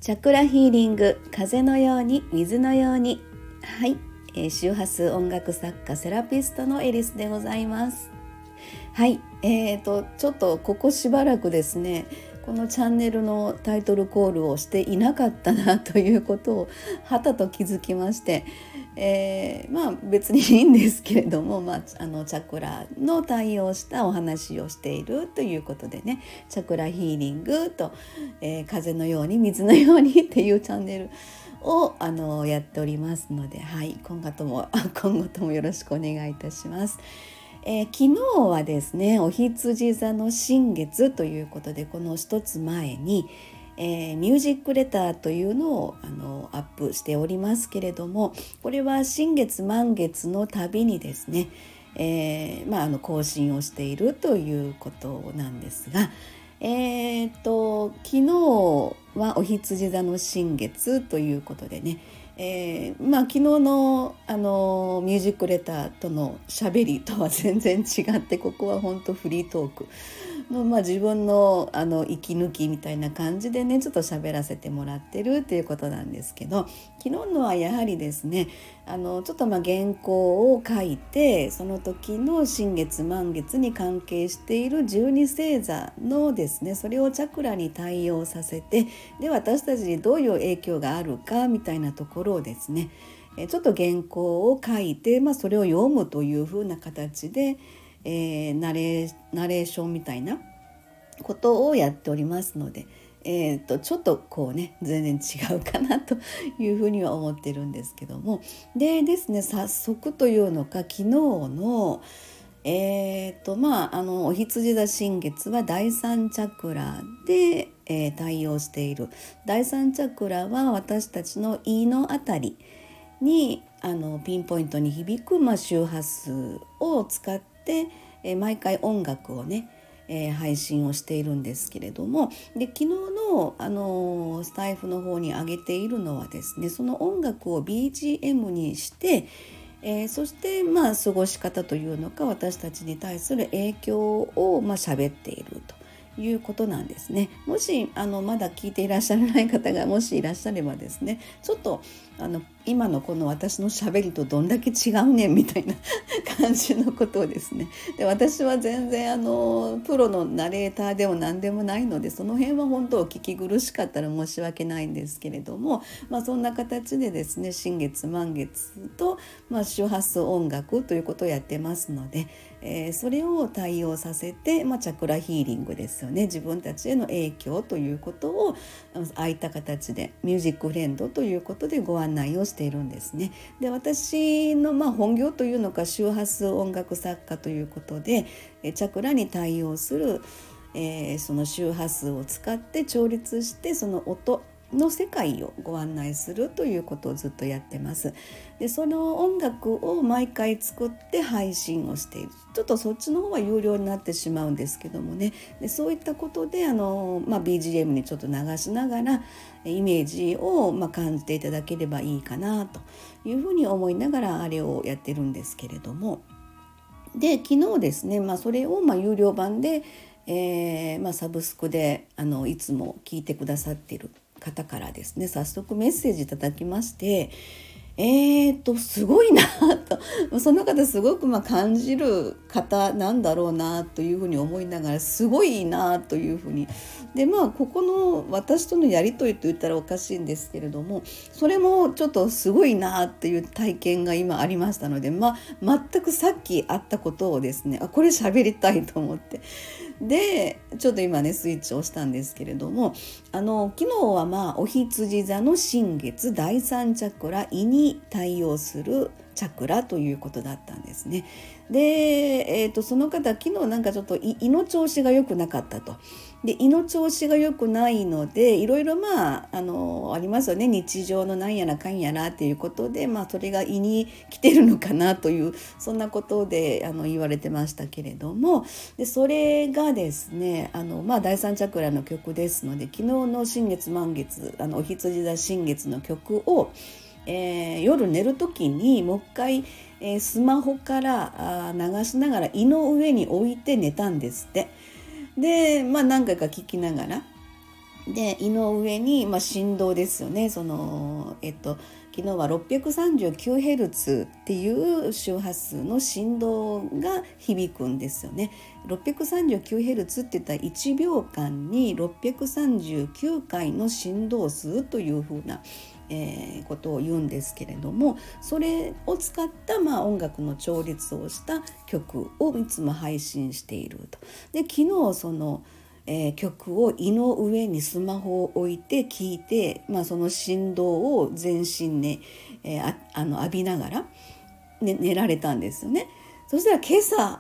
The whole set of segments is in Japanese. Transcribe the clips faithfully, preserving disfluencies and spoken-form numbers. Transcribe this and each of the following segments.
チャクラヒーリング、風のように水のように。はい、えー、周波数音楽作家セラピストのエリスでございます。はい、えーとちょっとここしばらくですね、このチャンネルのタイトルコールをしていなかったなということをはたと気づきまして、えー、まあ別にいいんですけれども、まあ、あのチャクラの対応したお話をしているということでね、チャクラヒーリングと、えー、風のように水のようにっていうチャンネルをあのやっておりますので、はい、今後とも今後ともよろしくお願いいたします。えー、昨日はですね、お羊座の新月ということで、この一つ前に、えー、ミュージックレターというのをあのアップしておりますけれども、これは新月満月のたびにですね、えーまあ、あの更新をしているということなんですが、えー、と昨日はお羊座の新月ということでね、えーまあ、昨日の、あのミュージックレターとのしゃべりとは全然違って、ここは本当フリートークの、まあ、自分の、あの息抜きみたいな感じでね、ちょっと喋らせてもらってるっていうことなんですけど、昨日のはやはりですね、あのちょっとまあ原稿を書いて、その時の新月満月に関係しているじゅうに星座のですね、それをチャクラに対応させて、で私たちにどういう影響があるかみたいなところをですね、ちょっと原稿を書いて、まあ、それを読むというふうな形で、えー、ナレー、ナレーションみたいなことをやっておりますので、えー、とちょっとこうね、全然違うかなというふうには思ってるんですけども、でですね、早速というのか、昨日のえーとまあ、あのお羊座新月はだいさんチャクラで、えー、対応している。だいさんチャクラは私たちの胃のあたりにあのピンポイントに響く、まあ、周波数を使って、えー、毎回音楽をね、えー、配信をしているんですけれども、で昨日の、あのー、スタイフの方に上げているのはですね、その音楽を ビージーエム にしてえー、そしてまあ過ごし方というのか、私たちに対する影響をまあ喋っているということなんですね。もしあのまだ聞いていらっしゃらない方がもしいらっしゃればですね、ちょっとあの今のこの私の喋りとどんだけ違うねんみたいな感じのことをですね、で私は全然あのプロのナレーターでも何でもないので、その辺は本当お聞き苦しかったら申し訳ないんですけれども、まあ、そんな形でですね、新月満月と、まあ、周波数音楽ということをやってますので、えー、それを対応させて、まあ、チャクラヒーリングですよね、自分たちへの影響ということをああいった形でミュージックフレンドということでご案内をしているんですね。で私のまあ本業というのか、周波数音楽作家ということで、チャクラに対応する、えー、その周波数を使って調律して、その音の世界をご案内するということをずっとやってます。でその音楽を毎回作って配信をしている。ちょっとそっちの方は有料になってしまうんですけどもね、でそういったことであの、まあ、ビージーエム にちょっと流しながらイメージをまあ感じていただければいいかなというふうに思いながらあれをやってるんですけれども、で昨日ですね、まあ、それをまあ有料版で、えーまあ、サブスクであのいつも聞いてくださっている方からですね、早速メッセージいただきまして、えーとすごいなと、その方すごくまあ感じる方なんだろうなというふうに思いながら、すごいなというふうに、でまあここの私とのやり取りと言ったらおかしいんですけれども、それもちょっとすごいなという体験が今ありましたので、まあ全くさっきあったことをですね、あこれ喋りたいと思って、でちょっと今ねスイッチをしたんですけれども、あの昨日はまあお羊座の新月だいさんチャクラ胃に対応するチャクラということだったんですね。で、えー、とその方昨日なんかちょっと胃の調子が良くなかったと。で胃の調子が良くないので、いろいろまああのありますよね、日常のなんやらかんやらっていうことで、まあそれが胃に来てるのかなという、そんなことであの言われてましたけれども、でそれがですね、あのまあだいさんチャクラの曲ですので、昨日の新月満月、あのお羊座新月の曲をえー、夜寝る時にもう一回、えー、スマホからあ流しながら胃の上に置いて寝たんですって。でまあ何回か聞きながらで胃の上に、まあ、振動ですよね。その、えっと、昨日は ろっぴゃくさんじゅうきゅうヘルツ っていう周波数の振動が響くんですよね。ろっぴゃくさんじゅうきゅうヘルツ って言ったらいちびょうかんにろっぴゃくさんじゅうきゅうかいの振動数というふうな、えー、ことを言うんですけれども、それを使った、まあ、音楽の調律をした曲をいつも配信していると。で昨日そのえー、曲を胃の上にスマホを置いて聴いて、まあ、その振動を全身に、えー、ああの浴びながら、ね、寝られたんですよね。そしたら今朝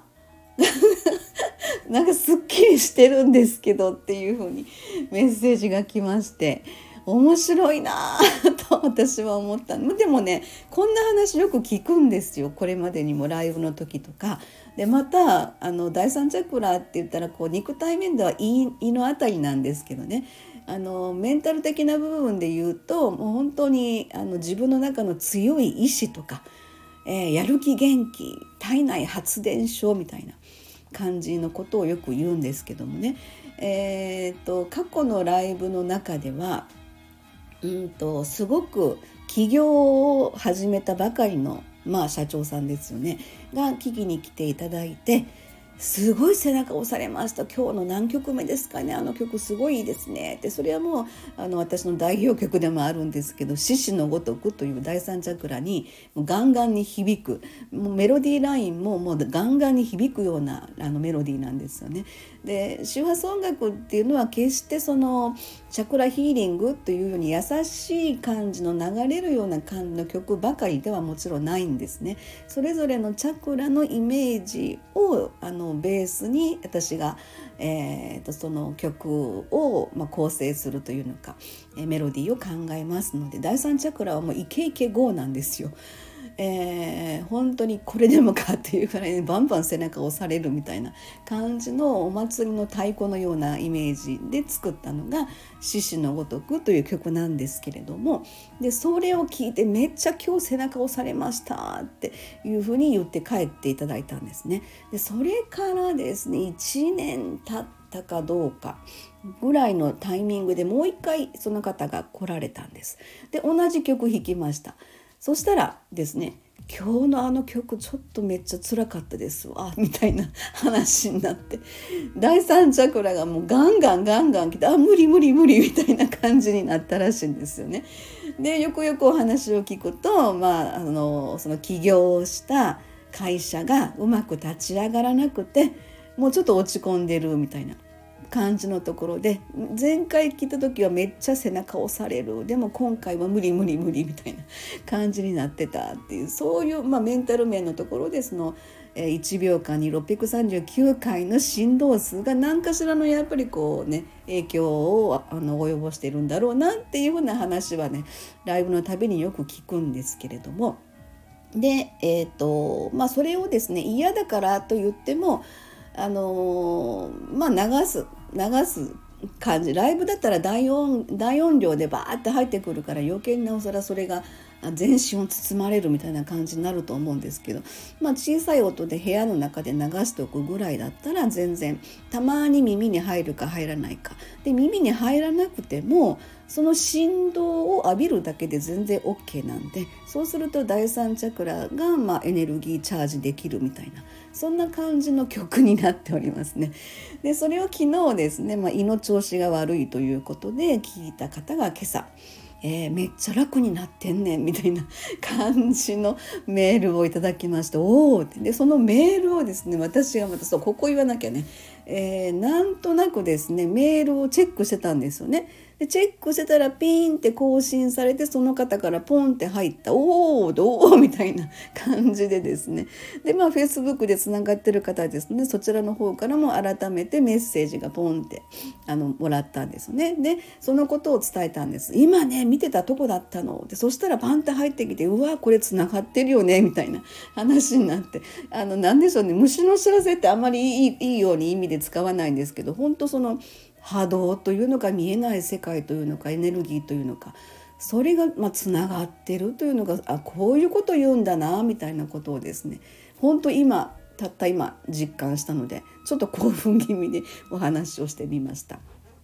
なんかすっきりしてるんですけどっていう風にメッセージが来まして、面白いなと私は思った。でもね、こんな話よく聞くんですよ。これまでにもライブの時とかで、またあの第三チャクラって言ったらこう肉体面では胃、胃のあたりなんですけどね、あのメンタル的な部分で言うと、もう本当にあの自分の中の強い意志とか、えー、やる気元気体内発電所みたいな感じのことをよく言うんですけどもね、えー、と過去のライブの中ではうんとすごく起業を始めたばかりの、まあ、社長さんですよねが聞きに来ていただいて、すごい背中を押されました。今日の何曲目ですかね、あの曲すごいいいですねって。それはもうあの私の代表曲でもあるんですけど、獅子のごとくという第三チャクラにガンガンに響く、もうメロディーラインももうガンガンに響くようなあのメロディーなんですよね。で周波数音楽っていうのは決してそのチャクラヒーリングというように優しい感じの流れるような感じの曲ばかりではもちろんないんですね。それぞれのチャクラのイメージをあのベースに私が、えー、とその曲を、まあ、構成するというのか、えメロディーを考えますので、第三チャクラはもうイケイケゴーなんですよ。えー、本当にこれでもかっていうくらいにバンバン背中を押されるみたいな感じのお祭りの太鼓のようなイメージで作ったのが獅子のごとくという曲なんですけれども、でそれを聞いてめっちゃ今日背中押されましたっていうふうに言って帰っていただいたんですね。でそれからですねいちねん経ったかどうかぐらいのタイミングでもう一回その方が来られたんです。で同じ曲弾きました。そしたらですね、今日のあの曲ちょっとめっちゃ辛かったですわみたいな話になって、第三チャクラがもうガンガンガンガン来て、あ無理無理無理みたいな感じになったらしいんですよね。でよくよくお話を聞くと、まあ、あのその起業をした会社がうまく立ち上がらなくて、もうちょっと落ち込んでるみたいな感じのところで、前回聞いた時はめっちゃ背中押される、でも今回は無理無理無理みたいな感じになってたっていう、そういう、まあ、メンタル面のところでその、えー、いちびょうかんにろっぴゃくさんじゅうきゅうかいの振動数が何かしらのやっぱりこうね影響をあの及ぼしているんだろうなっていうふうな話はねライブのたびによく聞くんですけれども、で、えーとまあ、それをですね嫌だからと言ってもあのー、まあ流す流す感じ、ライブだったら大音大音量でバーって入ってくるから余計になおさらそれが全身を包まれるみたいな感じになると思うんですけど、まあ、小さい音で部屋の中で流しておくぐらいだったら全然、たまに耳に入るか入らないかで、耳に入らなくてもその振動を浴びるだけで全然 OK なんで、そうすると第三チャクラがまあエネルギーチャージできるみたいな、そんな感じの曲になっておりますね。でそれを昨日ですね、まあ、胃の調子が悪いということで聞いた方が今朝、えー、めっちゃ楽になってんねんみたいな感じのメールをいただきまして、おーって。でそのメールをですね私がまたそうここ言わなきゃね、えー、なんとなくですねメールをチェックしてたんですよね。でチェックしてたらピーンって更新されて、その方からポンって入った、おーどうみたいな感じでですね、でまあ Facebook でつながってる方ですね、そちらの方からも改めてメッセージがポンってあのもらったんですよね。でそのことを伝えたんです。今ね見てたとこだったので、そしたらパンって入ってきて、うわこれつながってるよねみたいな話になって、あのなんでしょうね、虫の知らせってあんまりいい、いいように意味で使わないんですけど、本当その波動というのか見えない世界というのかエネルギーというのか、それがまあつながってるというのが、あこういうこと言うんだなみたいなことをですね、本当今たった今実感したので、ちょっと興奮気味でお話をしてみました。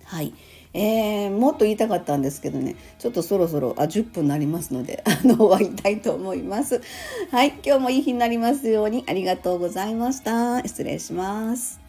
はい、えー、もっと言いたかったんですけどね、ちょっとそろそろあじゅっぷんになりますのであの終わりたいと思います。はい、今日もいい日になりますように。ありがとうございました。失礼します。